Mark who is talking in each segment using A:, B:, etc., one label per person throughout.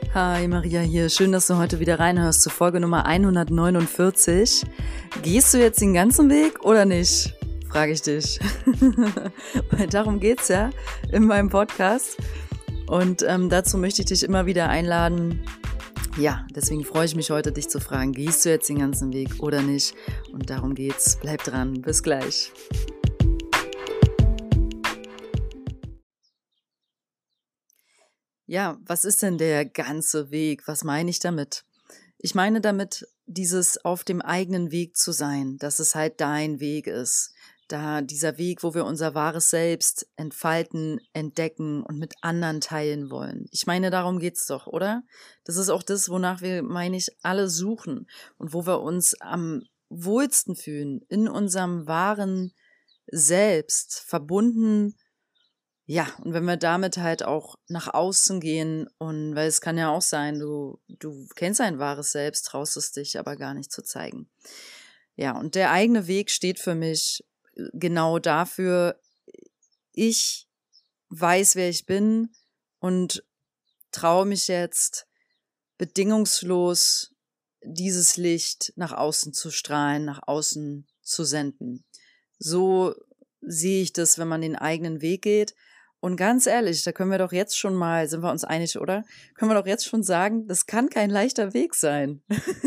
A: Hi, Maria hier. Schön, dass du heute wieder reinhörst zur Folge Nummer 149. Gehst du jetzt den ganzen Weg oder nicht? Frage ich dich. Weil darum geht's ja in meinem Podcast. Und dazu möchte ich dich immer wieder einladen. Ja, deswegen freue ich mich heute, dich zu fragen, gehst du jetzt den ganzen Weg oder nicht? Und darum geht's. Bleib dran. Bis gleich. Ja, was ist denn der ganze Weg? Was meine ich damit? Ich meine damit, dieses auf dem eigenen Weg zu sein, dass es halt dein Weg ist. Da dieser Weg, wo wir unser wahres Selbst entfalten, entdecken und mit anderen teilen wollen. Ich meine, darum geht's doch, oder? Das ist auch das, wonach wir, meine ich, alle suchen und wo wir uns am wohlsten fühlen, in unserem wahren Selbst, verbunden. Ja, und wenn wir damit halt auch nach außen gehen und, weil es kann ja auch sein, du kennst ein wahres Selbst, traust es dich aber gar nicht zu zeigen. Ja, und der eigene Weg steht für mich genau dafür, ich weiß, wer ich bin und traue mich jetzt bedingungslos dieses Licht nach außen zu strahlen, nach außen zu senden. So sehe ich das, wenn man den eigenen Weg geht. Und ganz ehrlich, da können wir doch jetzt schon mal, sind wir uns einig, oder? Können wir doch jetzt schon sagen, das kann kein leichter Weg sein.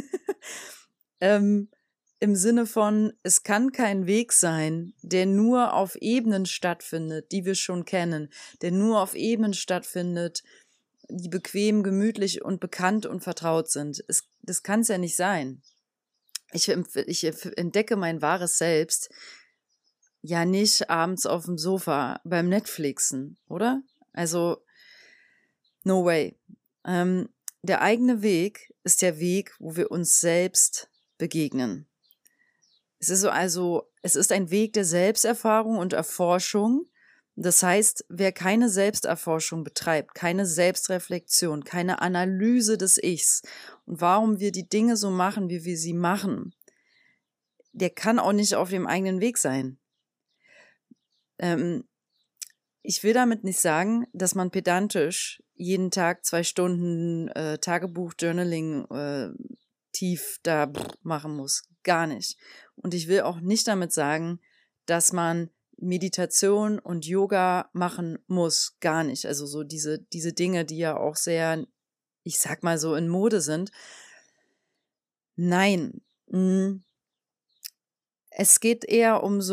A: Im Sinne von, es kann kein Weg sein, der nur auf Ebenen stattfindet, die wir schon kennen, der nur auf Ebenen stattfindet, die bequem, gemütlich und bekannt und vertraut sind. Das kann es ja nicht sein. Ich entdecke mein wahres Selbst ja nicht abends auf dem Sofa beim Netflixen, oder? Also, no way. Der eigene Weg ist der Weg, wo wir uns selbst begegnen. Es ist ein Weg der Selbsterfahrung und Erforschung. Das heißt, wer keine Selbsterforschung betreibt, keine Selbstreflexion, keine Analyse des Ichs und warum wir die Dinge so machen, wie wir sie machen, der kann auch nicht auf dem eigenen Weg sein. Ich will damit nicht sagen, dass man pedantisch jeden Tag 2 Stunden Tagebuch, Journaling tief da machen muss. Gar nicht. Und ich will auch nicht damit sagen, dass man Meditation und Yoga machen muss. Gar nicht. Also so diese Dinge, die ja auch sehr, ich sag mal so, in Mode sind. Nein. Es geht eher um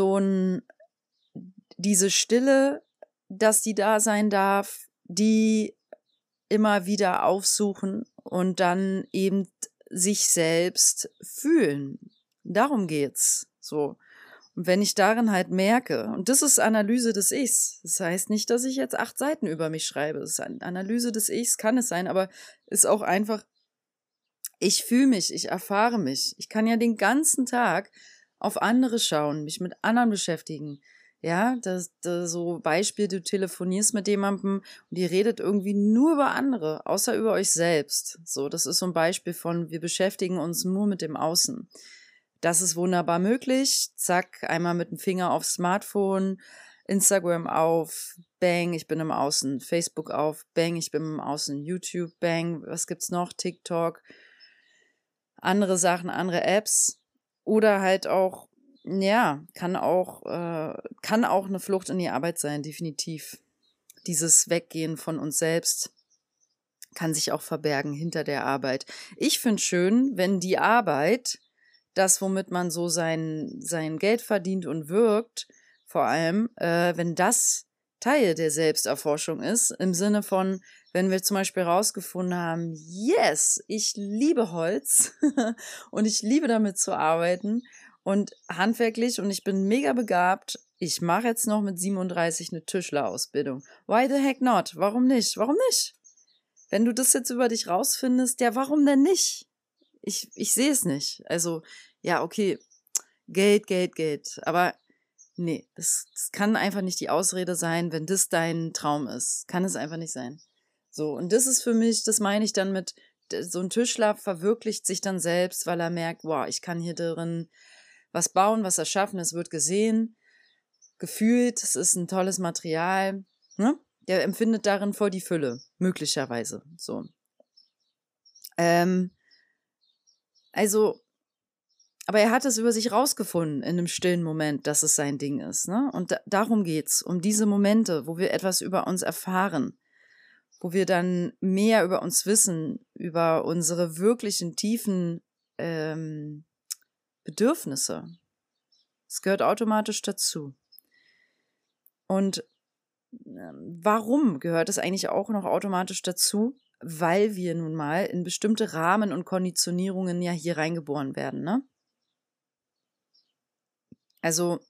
A: diese Stille, dass die da sein darf, die immer wieder aufsuchen und dann eben sich selbst fühlen. Darum geht's. So. Und wenn ich darin halt merke, und das ist Analyse des Ichs, das heißt nicht, dass ich jetzt 8 Seiten über mich schreibe, das ist eine Analyse des Ichs, kann es sein, aber ist auch einfach, ich fühle mich, ich erfahre mich. Ich kann ja den ganzen Tag auf andere schauen, mich mit anderen beschäftigen. Ja, das so Beispiel, du telefonierst mit jemandem und ihr redet irgendwie nur über andere, außer über euch selbst. So, das ist so ein Beispiel von, wir beschäftigen uns nur mit dem Außen. Das ist wunderbar möglich. Zack, einmal mit dem Finger aufs Smartphone, Instagram auf, bang, ich bin im Außen, Facebook auf, bang, ich bin im Außen, YouTube, bang, was gibt's noch? TikTok, andere Sachen, andere Apps oder halt auch, ja, kann auch eine Flucht in die Arbeit sein, definitiv. Dieses Weggehen von uns selbst kann sich auch verbergen hinter der Arbeit. Ich finde schön, wenn die Arbeit, das, womit man so sein Geld verdient und wirkt, vor allem, wenn das Teil der Selbsterforschung ist, im Sinne von, wenn wir zum Beispiel rausgefunden haben, yes, ich liebe Holz und ich liebe damit zu arbeiten und handwerklich und ich bin mega begabt, ich mache jetzt noch mit 37 eine Tischlerausbildung. Why the heck not? Warum nicht? Warum nicht? Wenn du das jetzt über dich rausfindest, ja, warum denn nicht? Ich sehe es nicht. Also, ja, okay, Geld, aber nee, das kann einfach nicht die Ausrede sein, wenn das dein Traum ist. Kann es einfach nicht sein. So, und das ist für mich, das meine ich dann mit, so ein Tischler verwirklicht sich dann selbst, weil er merkt, wow, ich kann hier drin was bauen, was erschaffen, es wird gesehen, gefühlt, es ist ein tolles Material, ne? Der empfindet darin voll die Fülle, möglicherweise, so. Ähm, also, aber er hat es über sich rausgefunden in einem stillen Moment, dass es sein Ding ist, ne? Und darum geht's, um diese Momente, wo wir etwas über uns erfahren, wo wir dann mehr über uns wissen, über unsere wirklichen tiefen Bedürfnisse. Es gehört automatisch dazu. Und warum gehört es eigentlich auch noch automatisch dazu? Weil wir nun mal in bestimmte Rahmen und Konditionierungen ja hier reingeboren werden, ne? Also,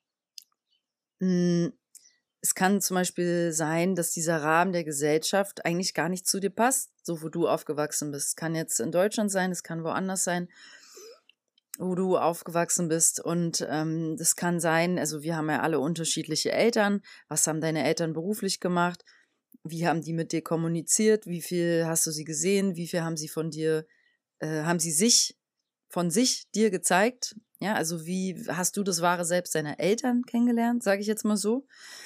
A: es kann zum Beispiel sein, dass dieser Rahmen der Gesellschaft eigentlich gar nicht zu dir passt, so wo du aufgewachsen bist. Es kann jetzt in Deutschland sein, es kann woanders sein, wo du aufgewachsen bist. Und das kann sein, also wir haben ja alle unterschiedliche Eltern. Was haben deine Eltern beruflich gemacht? Wie haben die mit dir kommuniziert? Wie viel hast du sie gesehen? Wie viel haben sie von dir, haben sie sich von sich dir gezeigt? Ja, also wie hast du das wahre Selbst deiner Eltern kennengelernt, sage ich jetzt mal so.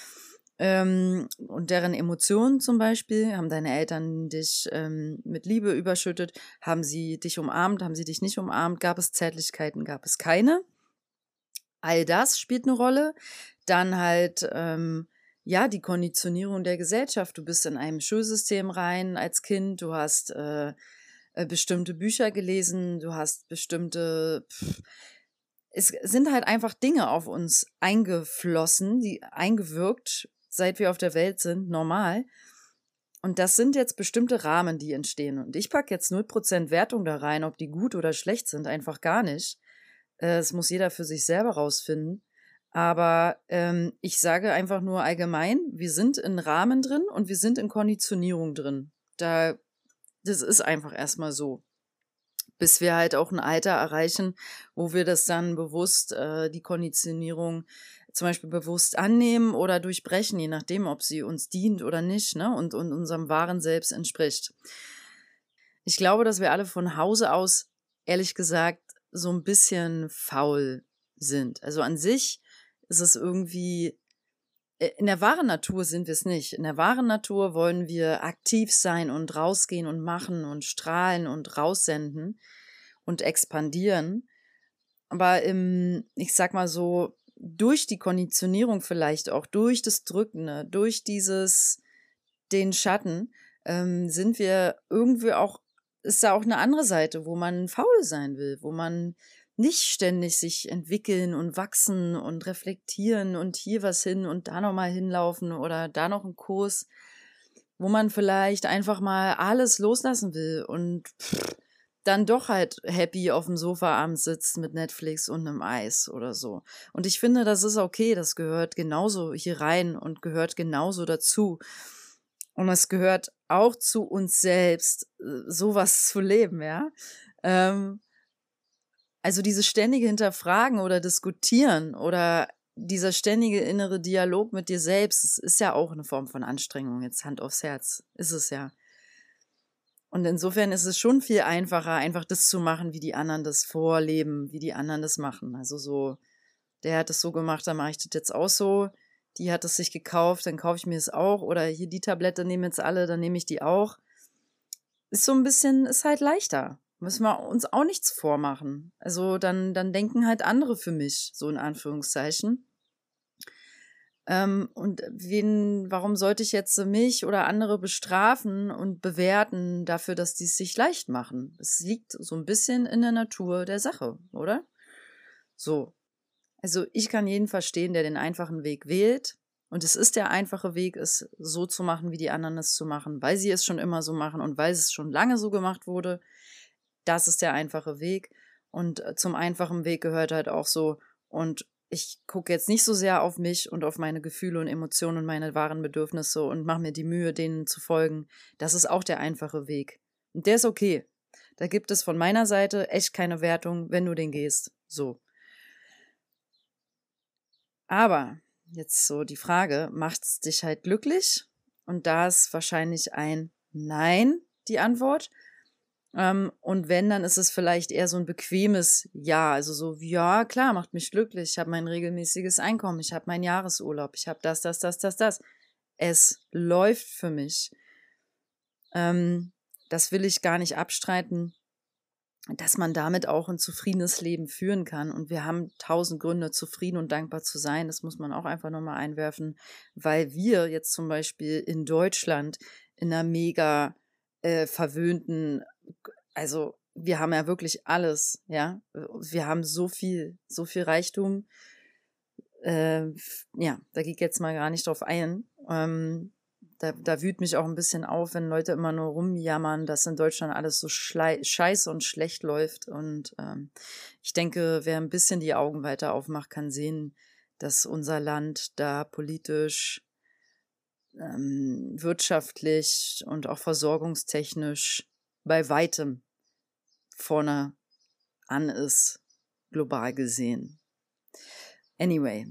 A: Und deren Emotionen zum Beispiel, haben deine Eltern dich mit Liebe überschüttet, haben sie dich umarmt, haben sie dich nicht umarmt, gab es Zärtlichkeiten, gab es keine. All das spielt eine Rolle. Dann halt, ja, die Konditionierung der Gesellschaft. Du bist in einem Schulsystem rein als Kind, du hast bestimmte Bücher gelesen, du hast bestimmte, es sind halt einfach Dinge auf uns eingeflossen, die eingewirkt, seit wir auf der Welt sind, normal. Und das sind jetzt bestimmte Rahmen, die entstehen. Und ich packe jetzt 0% Wertung da rein, ob die gut oder schlecht sind, einfach gar nicht. Das muss jeder für sich selber rausfinden. Aber ich sage einfach nur allgemein, wir sind in Rahmen drin und wir sind in Konditionierung drin. Das ist einfach erstmal so. Bis wir halt auch ein Alter erreichen, wo wir das dann bewusst, die Konditionierung zum Beispiel bewusst annehmen oder durchbrechen, je nachdem, ob sie uns dient oder nicht, ne? Und unserem wahren Selbst entspricht. Ich glaube, dass wir alle von Hause aus, ehrlich gesagt, so ein bisschen faul sind. Also an sich ist es irgendwie, in der wahren Natur sind wir es nicht. In der wahren Natur wollen wir aktiv sein und rausgehen und machen und strahlen und raussenden und expandieren. Aber ich sag mal so, durch die Konditionierung vielleicht auch, durch das Drückende, durch den Schatten, sind wir irgendwie auch, ist da auch eine andere Seite, wo man faul sein will, wo man nicht ständig sich entwickeln und wachsen und reflektieren und hier was hin und da nochmal hinlaufen oder da noch einen Kurs, wo man vielleicht einfach mal alles loslassen will und dann doch halt happy auf dem Sofa abends sitzt mit Netflix und einem Eis oder so. Und ich finde, das ist okay, das gehört genauso hier rein und gehört genauso dazu. Und es gehört auch zu uns selbst, sowas zu leben, ja. Also dieses ständige Hinterfragen oder Diskutieren oder dieser ständige innere Dialog mit dir selbst, das ist ja auch eine Form von Anstrengung, jetzt Hand aufs Herz, ist es ja. Und insofern ist es schon viel einfacher, einfach das zu machen, wie die anderen das vorleben, wie die anderen das machen. Also so, der hat es so gemacht, dann mache ich das jetzt auch so. Die hat es sich gekauft, dann kaufe ich mir es auch. Oder hier die Tablette nehmen jetzt alle, dann nehme ich die auch. Ist so ein bisschen, ist halt leichter. Müssen wir uns auch nichts vormachen. Also dann denken halt andere für mich, so in Anführungszeichen. Und warum sollte ich jetzt mich oder andere bestrafen und bewerten dafür, dass die es sich leicht machen? Es liegt so ein bisschen in der Natur der Sache, oder? So. Also ich kann jeden verstehen, der den einfachen Weg wählt. Und es ist der einfache Weg, es so zu machen, wie die anderen es zu machen, weil sie es schon immer so machen und weil es schon lange so gemacht wurde. Das ist der einfache Weg. Und zum einfachen Weg gehört halt auch so, und ich gucke jetzt nicht so sehr auf mich und auf meine Gefühle und Emotionen und meine wahren Bedürfnisse und mache mir die Mühe, denen zu folgen. Das ist auch der einfache Weg. Und der ist okay. Da gibt es von meiner Seite echt keine Wertung, wenn du den gehst. So. Aber jetzt so die Frage, macht's dich halt glücklich? Und da ist wahrscheinlich ein Nein die Antwort. Und wenn, dann ist es vielleicht eher so ein bequemes Ja. Also so, ja, klar, macht mich glücklich. Ich habe mein regelmäßiges Einkommen, ich habe meinen Jahresurlaub, ich habe das, das. Es läuft für mich. das will ich gar nicht abstreiten, dass man damit auch ein zufriedenes Leben führen kann. Und wir haben 1000 Gründe, zufrieden und dankbar zu sein. Das muss man auch einfach nochmal einwerfen, weil wir jetzt zum Beispiel in Deutschland in einer mega verwöhnten, also wir haben ja wirklich alles, ja. Wir haben so viel Reichtum. Ja, da gehe ich jetzt mal gar nicht drauf ein. Da wühlt mich auch ein bisschen auf, wenn Leute immer nur rumjammern, dass in Deutschland alles so scheiße und schlecht läuft. Und ich denke, wer ein bisschen die Augen weiter aufmacht, kann sehen, dass unser Land da politisch, wirtschaftlich und auch versorgungstechnisch bei weitem vorne an ist, global gesehen. Anyway,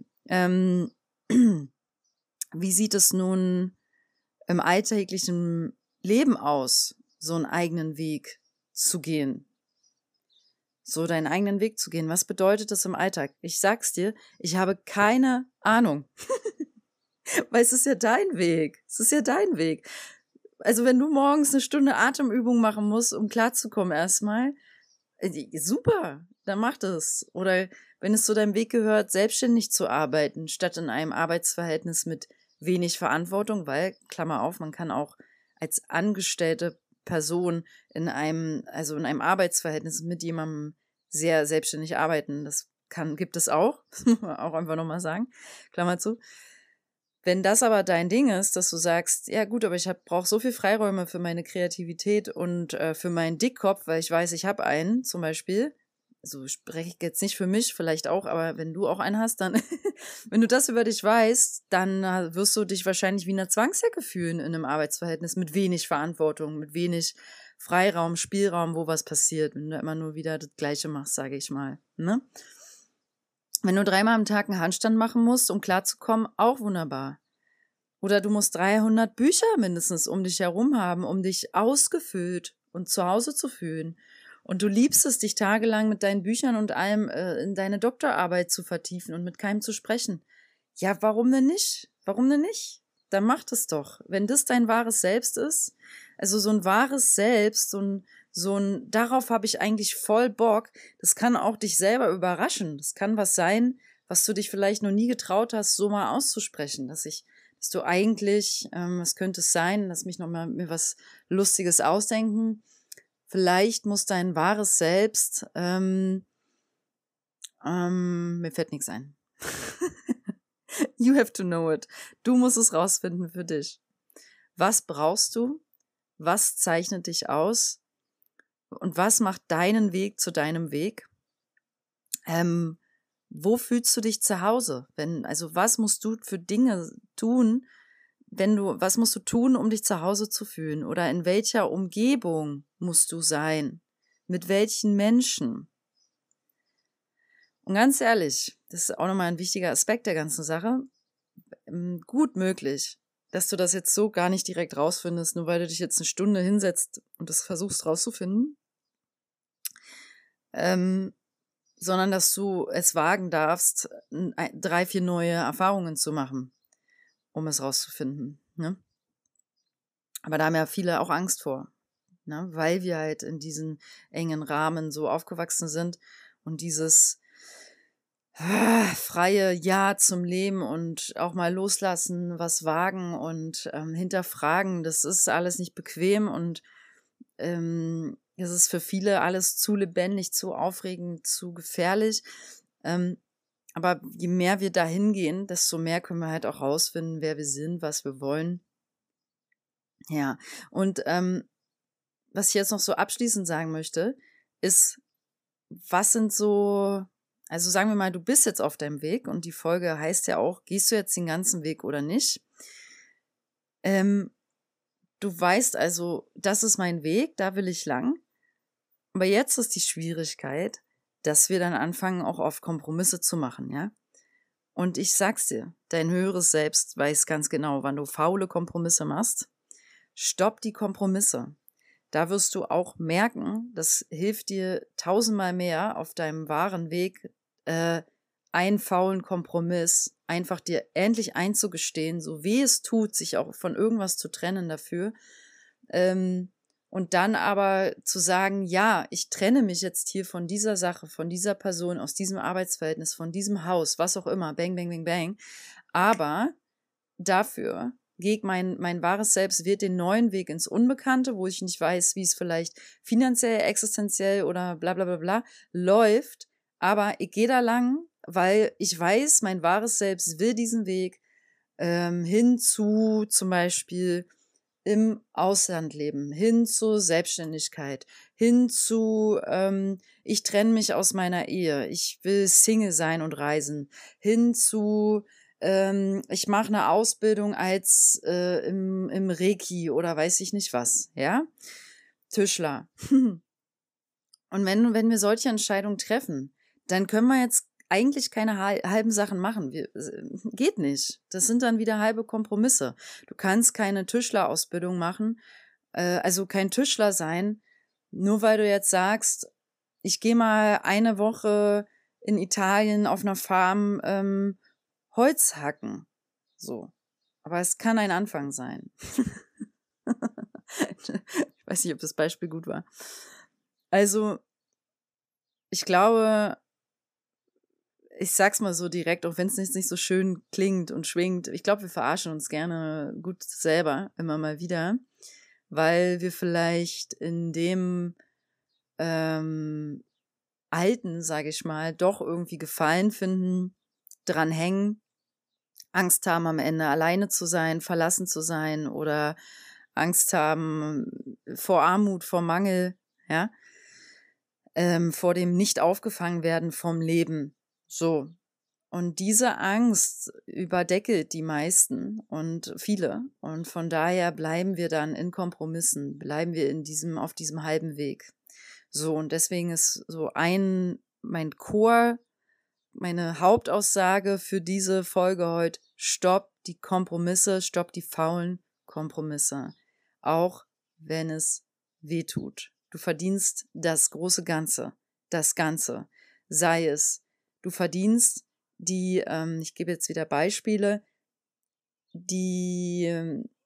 A: wie sieht es nun im alltäglichen Leben aus, so einen eigenen Weg zu gehen? So deinen eigenen Weg zu gehen. Was bedeutet das im Alltag? Ich sag's dir, ich habe keine Ahnung. Weil es ist ja dein Weg. Es ist ja dein Weg. Also wenn du morgens eine Stunde Atemübung machen musst, um klarzukommen erstmal, super, dann mach das. Oder wenn es zu deinem Weg gehört, selbstständig zu arbeiten, statt in einem Arbeitsverhältnis mit wenig Verantwortung, weil, Klammer auf, man kann auch als angestellte Person in einem Arbeitsverhältnis mit jemandem sehr selbstständig arbeiten. Gibt es auch. Das muss man auch einfach nochmal sagen. Klammer zu. Wenn das aber dein Ding ist, dass du sagst, ja gut, aber ich brauche so viel Freiräume für meine Kreativität und für meinen Dickkopf, weil ich weiß, ich habe einen zum Beispiel, also spreche ich jetzt nicht für mich, vielleicht auch, aber wenn du auch einen hast, dann, wenn du das über dich weißt, dann wirst du dich wahrscheinlich wie in einer Zwangsjacke fühlen in einem Arbeitsverhältnis mit wenig Verantwortung, mit wenig Freiraum, Spielraum, wo was passiert, wenn du immer nur wieder das Gleiche machst, sage ich mal, ne? Wenn du 3-mal am Tag einen Handstand machen musst, um klarzukommen, auch wunderbar. Oder du musst 300 Bücher mindestens um dich herum haben, um dich ausgefüllt und zu Hause zu fühlen. Und du liebst es, dich tagelang mit deinen Büchern und allem in deine Doktorarbeit zu vertiefen und mit keinem zu sprechen. Ja, warum denn nicht? Warum denn nicht? Dann mach das doch. Wenn das dein wahres Selbst ist, also so ein wahres Selbst, darauf habe ich eigentlich voll Bock. Das kann auch dich selber überraschen. Das kann was sein, was du dich vielleicht noch nie getraut hast, so mal auszusprechen, dass du eigentlich, was könnte es sein, lass mich nochmal mir was Lustiges ausdenken. Vielleicht muss dein wahres Selbst, mir fällt nichts ein. You have to know it. Du musst es rausfinden für dich. Was brauchst du? Was zeichnet dich aus? Und was macht deinen Weg zu deinem Weg? Wo fühlst du dich zu Hause? Was musst du für Dinge tun, was musst du tun, um dich zu Hause zu fühlen? Oder in welcher Umgebung musst du sein? Mit welchen Menschen? Und ganz ehrlich, das ist auch nochmal ein wichtiger Aspekt der ganzen Sache. Gut möglich, dass du das jetzt so gar nicht direkt rausfindest, nur weil du dich jetzt eine Stunde hinsetzt und das versuchst rauszufinden. Sondern dass du es wagen darfst, 3, 4 neue Erfahrungen zu machen, um es rauszufinden. Ne? Aber da haben ja viele auch Angst vor, ne? Weil wir halt in diesen engen Rahmen so aufgewachsen sind und dieses freie Ja zum Leben und auch mal loslassen, was wagen und hinterfragen, das ist alles nicht bequem und es ist für viele alles zu lebendig, zu aufregend, zu gefährlich. Aber je mehr wir da hingehen, desto mehr können wir halt auch rausfinden, wer wir sind, was wir wollen. Ja, und was ich jetzt noch so abschließend sagen möchte, ist, was sind so, also sagen wir mal, du bist jetzt auf deinem Weg und die Folge heißt ja auch, gehst du jetzt den ganzen Weg oder nicht? Du weißt also, das ist mein Weg, da will ich lang. Aber jetzt ist die Schwierigkeit, dass wir dann anfangen, auch oft Kompromisse zu machen, ja? Und ich sag's dir, dein höheres Selbst weiß ganz genau, wann du faule Kompromisse machst. Stopp die Kompromisse. Da wirst du auch merken, das hilft dir 1000-mal mehr auf deinem wahren Weg, einen faulen Kompromiss einfach dir endlich einzugestehen, so weh es tut, sich auch von irgendwas zu trennen dafür, und Und dann aber zu sagen, ja, ich trenne mich jetzt hier von dieser Sache, von dieser Person, aus diesem Arbeitsverhältnis, von diesem Haus, was auch immer, bang, bang, bang, bang. Aber dafür geht mein wahres Selbst wird den neuen Weg ins Unbekannte, wo ich nicht weiß, wie es vielleicht finanziell, existenziell oder bla bla bla bla läuft. Aber ich gehe da lang, weil ich weiß, mein wahres Selbst will diesen Weg hin zu zum Beispiel im Ausland leben, hin zur Selbstständigkeit, hin zu ich trenne mich aus meiner Ehe, ich will Single sein und reisen, hin zu ich mache eine Ausbildung als im Reiki oder weiß ich nicht was, ja, Tischler. Und wenn wir solche Entscheidungen treffen, dann können wir jetzt eigentlich keine halben Sachen machen. Geht nicht. Das sind dann wieder halbe Kompromisse. Du kannst keine Tischlerausbildung machen, also kein Tischler sein, nur weil du jetzt sagst, ich gehe mal eine Woche in Italien auf einer Farm Holz hacken. So. Aber es kann ein Anfang sein. Ich weiß nicht, ob das Beispiel gut war. Also, ich glaube, ich sag's mal so direkt, auch wenn es nicht so schön klingt und schwingt. Ich glaube, wir verarschen uns gerne gut selber immer mal wieder, weil wir vielleicht in dem Alten, sage ich mal, doch irgendwie Gefallen finden, dran hängen, Angst haben, am Ende alleine zu sein, verlassen zu sein oder Angst haben vor Armut, vor Mangel, ja, vor dem nicht aufgefangen werden vom Leben. So. Und diese Angst überdeckelt die meisten und viele. Und von daher bleiben wir dann in Kompromissen, bleiben wir auf diesem halben Weg. So, und deswegen ist so mein Core, meine Hauptaussage für diese Folge heute: Stopp die Kompromisse, stopp die faulen Kompromisse. Auch wenn es weh tut. Du verdienst das große Ganze, das Ganze. Sei es, du verdienst ich gebe jetzt wieder Beispiele, die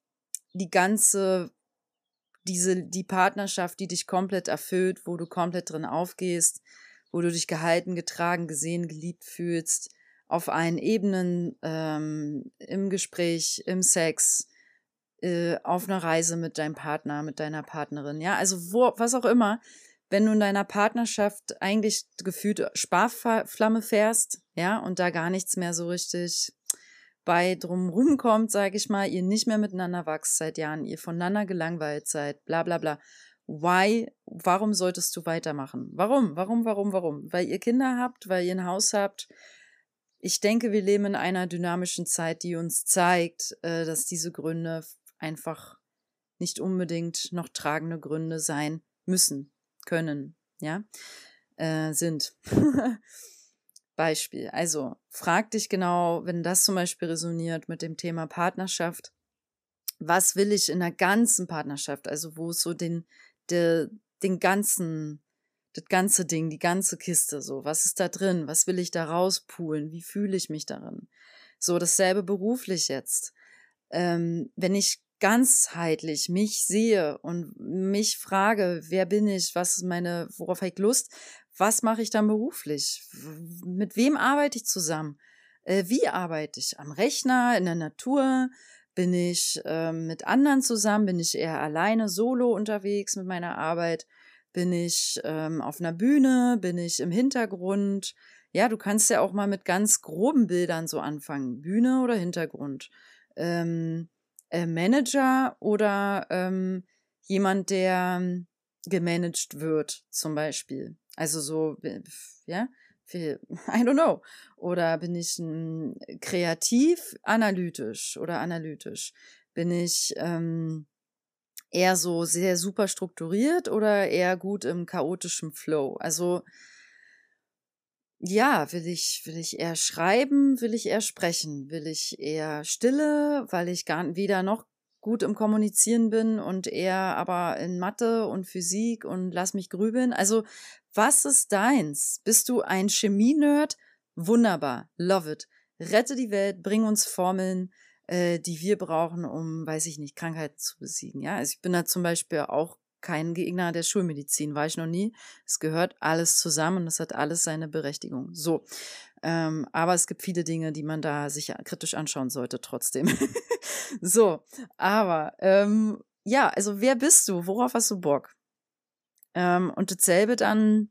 A: Partnerschaft, die dich komplett erfüllt, wo du komplett drin aufgehst, wo du dich gehalten, getragen, gesehen, geliebt fühlst, auf allen Ebenen, im Gespräch, im Sex, auf einer Reise mit deinem Partner, mit deiner Partnerin, ja, also was auch immer, wenn du in deiner Partnerschaft eigentlich gefühlt Sparflamme fährst, ja, und da gar nichts mehr so richtig bei drum rumkommt, sage ich mal, ihr nicht mehr miteinander wachst seit Jahren, ihr voneinander gelangweilt seid, bla bla bla. Warum solltest du weitermachen? Warum? Weil ihr Kinder habt, weil ihr ein Haus habt. Ich denke, wir leben in einer dynamischen Zeit, die uns zeigt, dass diese Gründe einfach nicht unbedingt noch tragende Gründe sein müssen, können, ja, sind. Beispiel. Also frag dich genau, wenn das zum Beispiel resoniert mit dem Thema Partnerschaft, was will ich in der ganzen Partnerschaft, also wo es so das ganze Ding, die ganze Kiste, so, was ist da drin, was will ich da rauspulen, wie fühle ich mich darin? So, dasselbe beruflich jetzt. Wenn ich ganzheitlich mich sehe und mich frage, wer bin ich, worauf habe ich Lust, was mache ich dann beruflich? Mit wem arbeite ich zusammen? Wie arbeite ich? Am Rechner, in der Natur? Bin ich mit anderen zusammen? Bin ich eher alleine, solo unterwegs mit meiner Arbeit? Bin ich auf einer Bühne? Bin ich im Hintergrund? Ja, du kannst ja auch mal mit ganz groben Bildern so anfangen. Bühne oder Hintergrund? Manager oder jemand, der gemanagt wird, zum Beispiel. Also so, ja, I don't know. Oder bin ich kreativ, analytisch? Bin ich eher so sehr super strukturiert oder eher gut im chaotischen Flow? Also ja, will ich eher schreiben, will ich eher sprechen, will ich eher Stille, weil ich weder noch gut im Kommunizieren bin und eher aber in Mathe und Physik und lass mich grübeln. Also, was ist deins? Bist du ein Chemie-Nerd? Wunderbar, love it. Rette die Welt, bring uns Formeln, die wir brauchen, um, weiß ich nicht, Krankheiten zu besiegen. Ja, also ich bin da zum Beispiel auch kein Gegner der Schulmedizin, war ich noch nie. Es gehört alles zusammen und es hat alles seine Berechtigung. So, aber es gibt viele Dinge, die man da sich kritisch anschauen sollte trotzdem. So, aber ja, also wer bist du? Worauf hast du Bock? Und dasselbe dann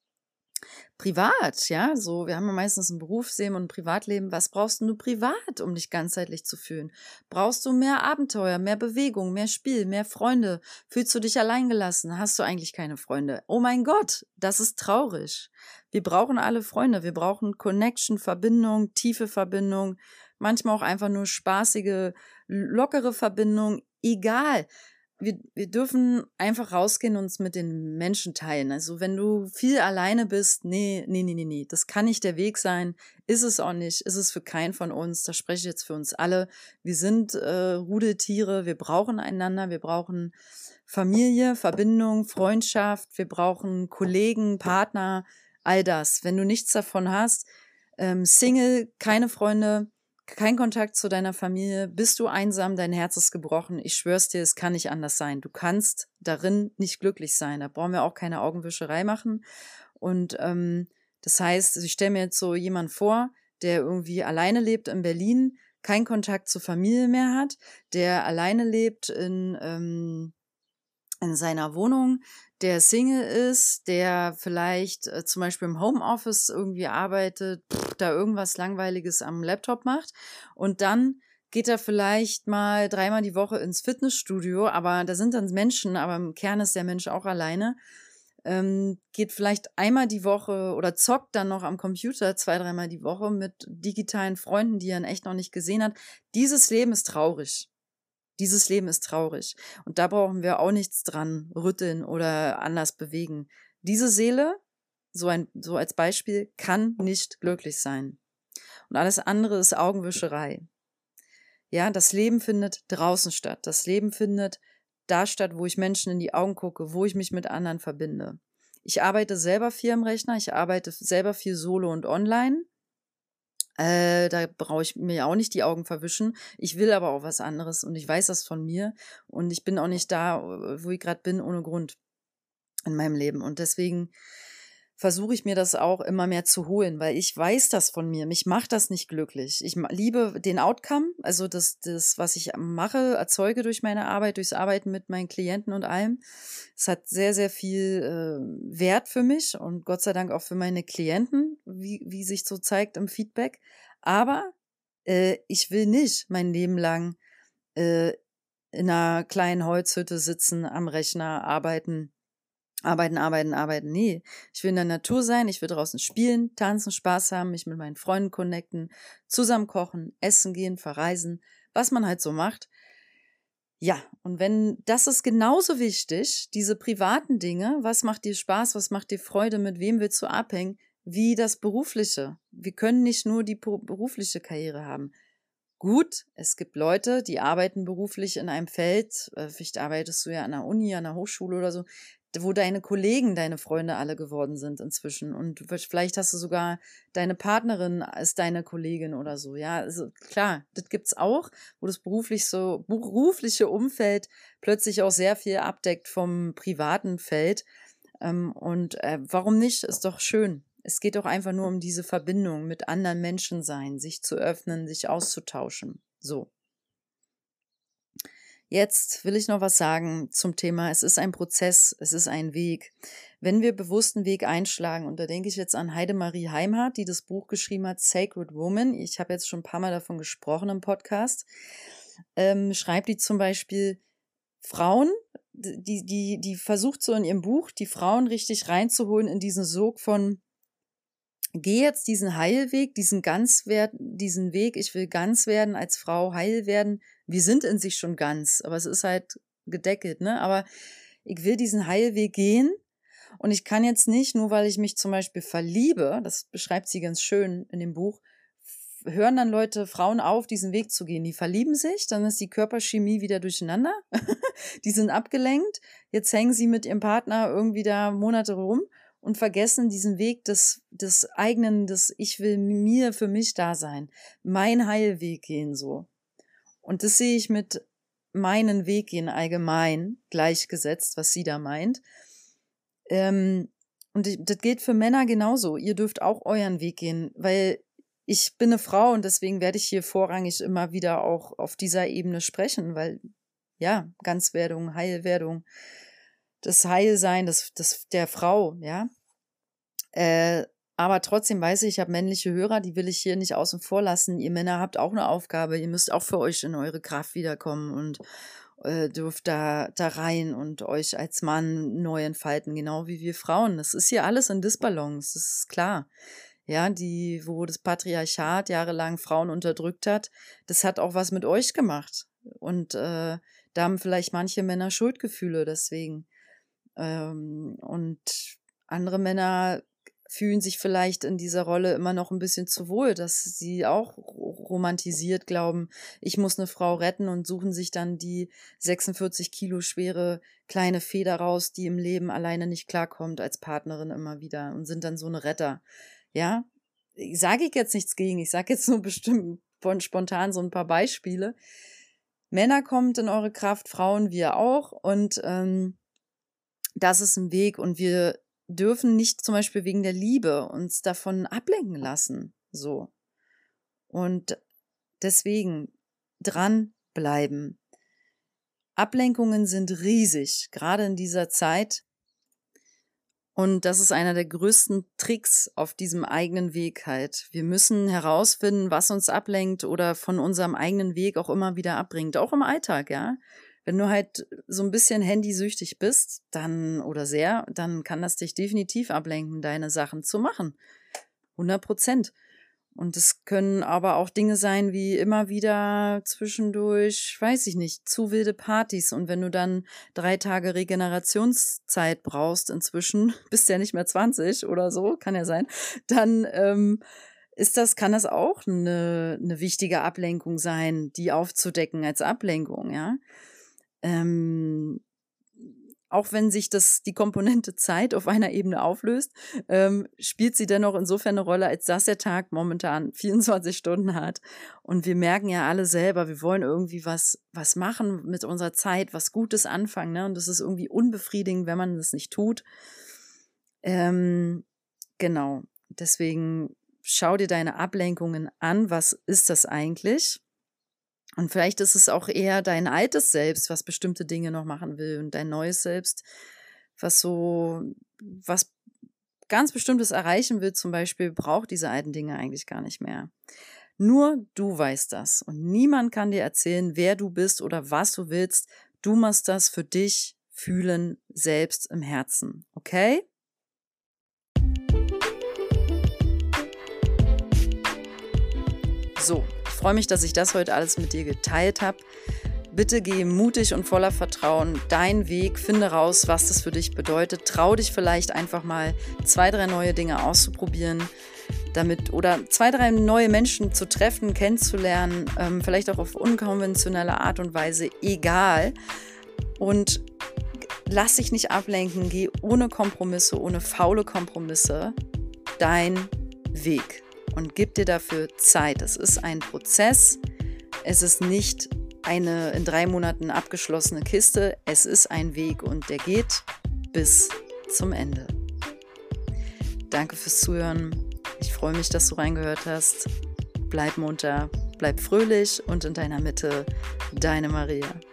A: privat, ja, so, wir haben ja meistens ein Berufsleben und ein Privatleben. Was brauchst du privat, um dich ganzheitlich zu fühlen? Brauchst du mehr Abenteuer, mehr Bewegung, mehr Spiel, mehr Freunde? Fühlst du dich alleingelassen? Hast du eigentlich keine Freunde? Oh mein Gott, das ist traurig. Wir brauchen alle Freunde. Wir brauchen Connection, Verbindung, tiefe Verbindung, manchmal auch einfach nur spaßige, lockere Verbindung. Egal. Wir dürfen einfach rausgehen und uns mit den Menschen teilen. Also wenn du viel alleine bist, nee. Das kann nicht der Weg sein. Ist es auch nicht. Ist es für keinen von uns. Das spreche ich jetzt für uns alle. Wir sind Rudeltiere. Wir brauchen einander. Wir brauchen Familie, Verbindung, Freundschaft. Wir brauchen Kollegen, Partner, all das. Wenn du nichts davon hast, Single, keine Freunde, kein Kontakt zu deiner Familie, bist du einsam, dein Herz ist gebrochen. Ich schwör's dir, es kann nicht anders sein. Du kannst darin nicht glücklich sein. Da brauchen wir auch keine Augenwischerei machen. Und das heißt, ich stelle mir jetzt so jemanden vor, der irgendwie alleine lebt in Berlin, keinen Kontakt zur Familie mehr hat, der alleine lebt in seiner Wohnung, der Single ist, der vielleicht zum Beispiel im Homeoffice irgendwie arbeitet, da irgendwas Langweiliges am Laptop macht und dann geht er vielleicht mal 3-mal die Woche ins Fitnessstudio, aber da sind dann Menschen, aber im Kern ist der Mensch auch alleine, geht vielleicht einmal die Woche oder zockt dann noch am Computer 2-3-mal die Woche mit digitalen Freunden, die er in echt noch nicht gesehen hat. Dieses Leben ist traurig. Dieses Leben ist traurig. Und da brauchen wir auch nichts dran rütteln oder anders bewegen. Diese Seele, so als Beispiel, kann nicht glücklich sein. Und alles andere ist Augenwischerei. Ja, das Leben findet draußen statt. Das Leben findet da statt, wo ich Menschen in die Augen gucke, wo ich mich mit anderen verbinde. Ich arbeite selber viel am Rechner. Ich arbeite selber viel solo und online. Da brauche ich mir auch nicht die Augen verwischen. Ich will aber auch was anderes und ich weiß das von mir und ich bin auch nicht da, wo ich gerade bin, ohne Grund in meinem Leben. Und deswegen versuche ich mir das auch immer mehr zu holen, weil ich weiß das von mir. Mich macht das nicht glücklich. Ich liebe den Outcome, also das, was ich mache, erzeuge durch meine Arbeit, durchs Arbeiten mit meinen Klienten und allem. Es hat sehr, sehr viel Wert für mich und Gott sei Dank auch für meine Klienten, wie sich so zeigt im Feedback. Aber ich will nicht mein Leben lang in einer kleinen Holzhütte sitzen, am Rechner arbeiten. Nee, ich will in der Natur sein, ich will draußen spielen, tanzen, Spaß haben, mich mit meinen Freunden connecten, zusammen kochen, essen gehen, verreisen, was man halt so macht. Ja, und das ist genauso wichtig, diese privaten Dinge, was macht dir Spaß, was macht dir Freude, mit wem willst du abhängen, wie das Berufliche. Wir können nicht nur die berufliche Karriere haben. Gut, es gibt Leute, die arbeiten beruflich in einem Feld, vielleicht arbeitest du ja an der Uni, an der Hochschule oder so, wo deine Kollegen deine Freunde alle geworden sind inzwischen und vielleicht hast du sogar deine Partnerin als deine Kollegin oder so, ja, also klar, das gibt's auch, wo das berufliche Umfeld plötzlich auch sehr viel abdeckt vom privaten Feld und warum nicht, ist doch schön. Es geht doch einfach nur um diese Verbindung mit anderen Menschen sein, sich zu öffnen, sich auszutauschen, so. Jetzt will ich noch was sagen zum Thema, es ist ein Prozess, es ist ein Weg. Wenn wir bewusst einen Weg einschlagen, und da denke ich jetzt an Heidemarie Heimhardt, die das Buch geschrieben hat, Sacred Woman, ich habe jetzt schon ein paar Mal davon gesprochen im Podcast, schreibt die zum Beispiel Frauen, die versucht so in ihrem Buch, die Frauen richtig reinzuholen in diesen Sog von geh jetzt diesen Heilweg, diesen Weg, ich will ganz werden, als Frau heil werden. Wir sind in sich schon ganz, aber es ist halt gedeckelt, ne? Aber ich will diesen Heilweg gehen und ich kann jetzt nicht, nur weil ich mich zum Beispiel verliebe, das beschreibt sie ganz schön in dem Buch, hören dann Frauen auf, diesen Weg zu gehen. Die verlieben sich, dann ist die Körperchemie wieder durcheinander, die sind abgelenkt, jetzt hängen sie mit ihrem Partner irgendwie da Monate rum und vergessen diesen Weg des eigenen, ich will für mich da sein, mein Heilweg gehen so. Und das sehe ich mit meinen Weg gehen allgemein gleichgesetzt, was sie da meint. Und das gilt für Männer genauso. Ihr dürft auch euren Weg gehen, weil ich bin eine Frau und deswegen werde ich hier vorrangig immer wieder auch auf dieser Ebene sprechen, weil ja, Ganzwerdung, Heilwerdung, das Heilsein der Frau, ja. Aber trotzdem weiß ich habe männliche Hörer, die will ich hier nicht außen vor lassen. Ihr Männer habt auch eine Aufgabe, ihr müsst auch für euch in eure Kraft wiederkommen und dürft da rein und euch als Mann neu entfalten, genau wie wir Frauen. Das ist hier alles in Disbalance, das ist klar. Ja, wo das Patriarchat jahrelang Frauen unterdrückt hat, das hat auch was mit euch gemacht. Und da haben vielleicht manche Männer Schuldgefühle deswegen. Und andere Männer fühlen sich vielleicht in dieser Rolle immer noch ein bisschen zu wohl, dass sie auch romantisiert glauben, ich muss eine Frau retten und suchen sich dann die 46 Kilo schwere kleine Feder raus, die im Leben alleine nicht klarkommt als Partnerin immer wieder und sind dann so eine Retter. Ja, sage ich jetzt nichts gegen, ich sage jetzt nur bestimmt spontan so ein paar Beispiele. Männer kommt in eure Kraft, Frauen wir auch und das ist ein Weg und wir dürfen nicht zum Beispiel wegen der Liebe uns davon ablenken lassen, so. Und deswegen dranbleiben. Ablenkungen sind riesig, gerade in dieser Zeit. Und das ist einer der größten Tricks auf diesem eigenen Weg halt. Wir müssen herausfinden, was uns ablenkt oder von unserem eigenen Weg auch immer wieder abbringt, auch im Alltag, ja. Wenn du halt so ein bisschen handysüchtig bist, dann kann das dich definitiv ablenken, deine Sachen zu machen. 100%. Und es können aber auch Dinge sein, wie immer wieder zwischendurch, weiß ich nicht, zu wilde Partys. Und wenn du dann 3 Tage Regenerationszeit brauchst inzwischen, bist ja nicht mehr 20 oder so, kann ja sein, dann kann das auch eine wichtige Ablenkung sein, die aufzudecken als Ablenkung, ja. Auch wenn sich die Komponente Zeit auf einer Ebene auflöst, spielt sie dennoch insofern eine Rolle, als dass der Tag momentan 24 Stunden hat. Und wir merken ja alle selber, wir wollen irgendwie was machen mit unserer Zeit, was Gutes anfangen, ne? Und das ist irgendwie unbefriedigend, wenn man das nicht tut. Genau. Deswegen schau dir deine Ablenkungen an. Was ist das eigentlich? Und vielleicht ist es auch eher dein altes Selbst, was bestimmte Dinge noch machen will und dein neues Selbst, was ganz Bestimmtes erreichen will, zum Beispiel, braucht diese alten Dinge eigentlich gar nicht mehr. Nur du weißt das und niemand kann dir erzählen, wer du bist oder was du willst. Du musst das für dich fühlen, selbst im Herzen, okay? So. Ich freue mich, dass ich das heute alles mit dir geteilt habe. Bitte geh mutig und voller Vertrauen deinen Weg, finde raus, was das für dich bedeutet. Trau dich vielleicht einfach mal 2, 3 neue Dinge auszuprobieren, oder 2, 3 neue Menschen zu treffen, kennenzulernen, vielleicht auch auf unkonventionelle Art und Weise, egal. Und lass dich nicht ablenken, geh ohne Kompromisse, ohne faule Kompromisse deinen Weg. Und gib dir dafür Zeit. Es ist ein Prozess. Es ist nicht eine in 3 Monaten abgeschlossene Kiste. Es ist ein Weg und der geht bis zum Ende. Danke fürs Zuhören. Ich freue mich, dass du reingehört hast. Bleib munter, bleib fröhlich und in deiner Mitte. Deine Maria.